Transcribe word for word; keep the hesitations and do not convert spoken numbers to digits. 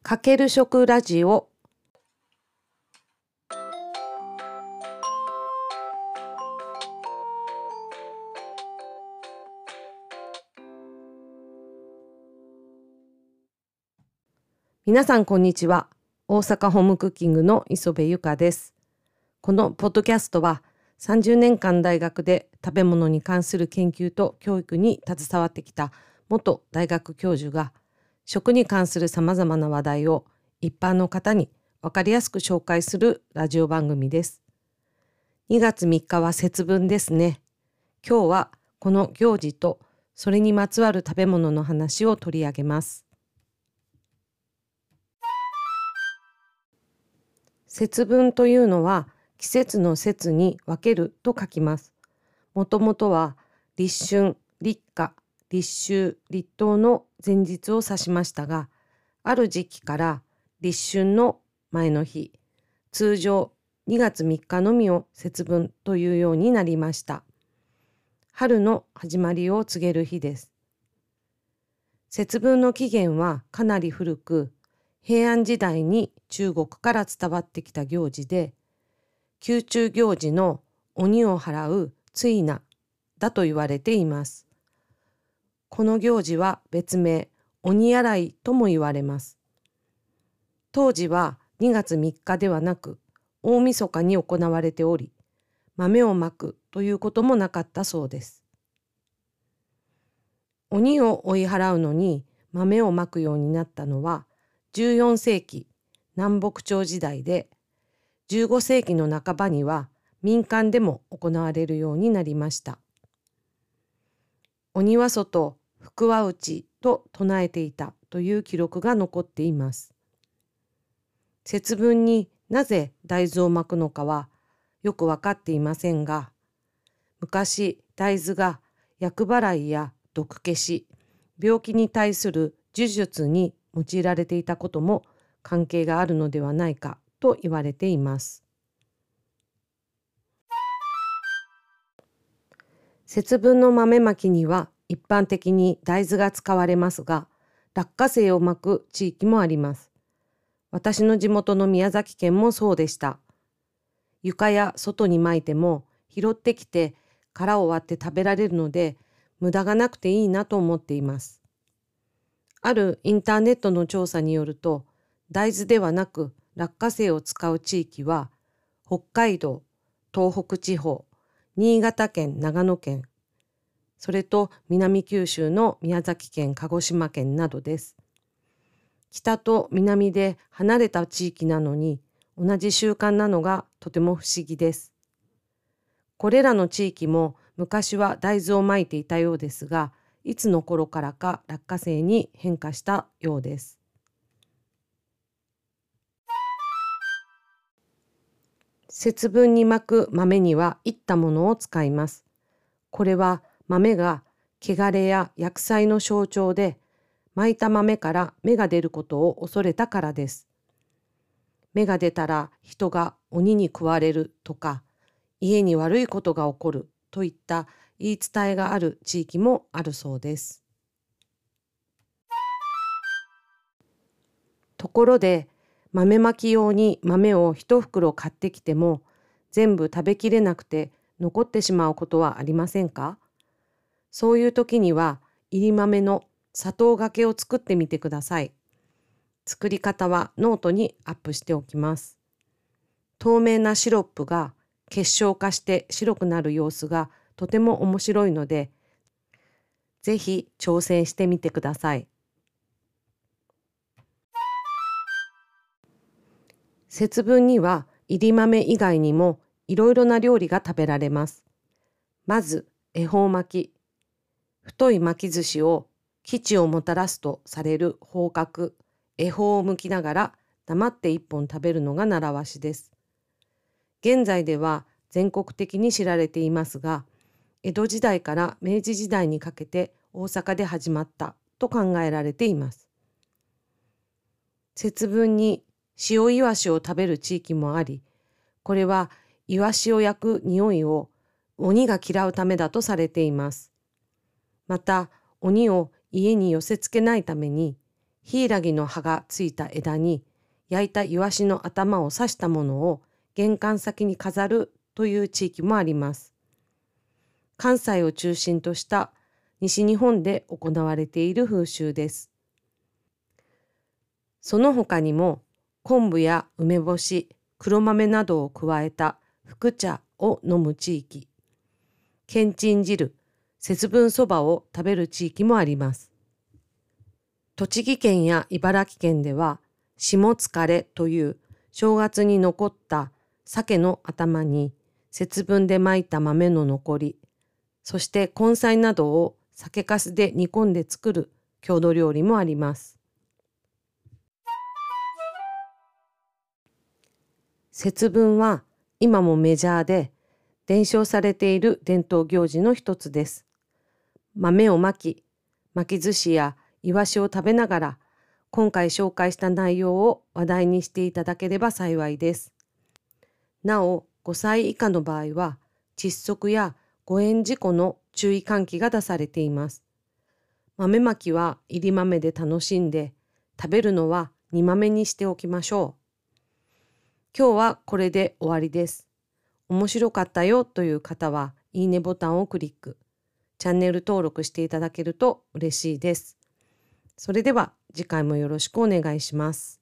かける食ラジオ。皆さんこんにちは。大阪ホームクッキングの磯部ゆかです。このポッドキャストはさんじゅうねんかん大学で食べ物に関する研究と教育に携わってきた元大学教授が食に関するさまざまな話題を一般の方に分かりやすく紹介するラジオ番組です。にがつみっかは節分ですね。今日はこの行事とそれにまつわる食べ物の話を取り上げます。節分というのは季節の節に分けると書きます。もともとは立春、立夏、立秋、立冬の前日を指しましたが、ある時期から立春の前の日、通常にがつみっかのみを節分というようになりました。春の始まりを告げる日です。節分の起源はかなり古く、平安時代に中国から伝わってきた行事で、宮中行事の鬼を払う追儺だと言われています。この行事は別名鬼洗いとも言われます。当時はにがつみっかではなく大晦日に行われており、豆をまくということもなかったそうです。鬼を追い払うのに豆をまくようになったのはじゅうよんせいき南北朝時代で、じゅうごせいきの半ばには民間でも行われるようになりました。鬼は外、福は内と唱えていたという記録が残っています。節分になぜ大豆をまくのかはよく分かっていませんが、昔大豆が厄払いや毒消し、病気に対する呪術に用いられていたことも関係があるのではないかと言われています。節分の豆まきには一般的に大豆が使われますが、落花生をまく地域もあります。私の地元の宮崎県もそうでした。床や外にまいても拾ってきて殻を割って食べられるので、無駄がなくていいなと思っています。あるインターネットの調査によると、大豆ではなく落花生を使う地域は北海道、東北地方、新潟県、長野県、それと南九州の宮崎県、鹿児島県などです。北と南で離れた地域なのに同じ習慣なのがとても不思議です。これらの地域も昔は大豆をまいていたようですが、いつの頃からか落花生に変化したようです。節分にまく豆にはいったものを使います。これは豆が汚れや厄災の象徴で、まいた豆から芽が出ることを恐れたからです。芽が出たら人が鬼に食われるとか、家に悪いことが起こるといった言い伝えがある地域もあるそうです。ところで、豆まき用に豆を一袋買ってきても、全部食べきれなくて残ってしまうことはありませんか？そういう時には、いり豆の砂糖がけを作ってみてください。作り方はノートにアップしておきます。透明なシロップが結晶化して白くなる様子がとても面白いので、ぜひ挑戦してみてください。節分にはいり豆以外にもいろいろな料理が食べられます。まず恵方巻き。太い巻き寿司を吉をもたらすとされる方角、恵方を向きながら黙って一本食べるのが習わしです。現在では全国的に知られていますが、江戸時代から明治時代にかけて大阪で始まったと考えられています。節分に塩イワシを食べる地域もあり、これはイワシを焼く匂いを鬼が嫌うためだとされています。また、鬼を家に寄せ付けないために、 ヒイラギの葉がついた枝に焼いたイワシの頭を刺したものを玄関先に飾るという地域もあります。関西を中心とした西日本で行われている風習です。その他にも昆布や梅干し、黒豆などを加えた福茶を飲む地域、けんちん汁、節分そばを食べる地域もあります。栃木県や茨城県では下疲れという正月に残った鮭の頭に節分でまいた豆の残り、そして根菜などを酒粕で煮込んで作る郷土料理もあります。節分は今もメジャーで伝承されている伝統行事の一つです。豆をまき、巻き寿司やイワシを食べながら今回紹介した内容を話題にしていただければ幸いです。なお、ごさい以下の場合は窒息や誤嚥事故の注意喚起が出されています。豆まきは炒り豆で楽しんで、食べるのは煮豆にしておきましょう。今日はこれで終わりです。面白かったよという方は、いいねボタンをクリック。チャンネル登録していただけると嬉しいです。それでは次回もよろしくお願いします。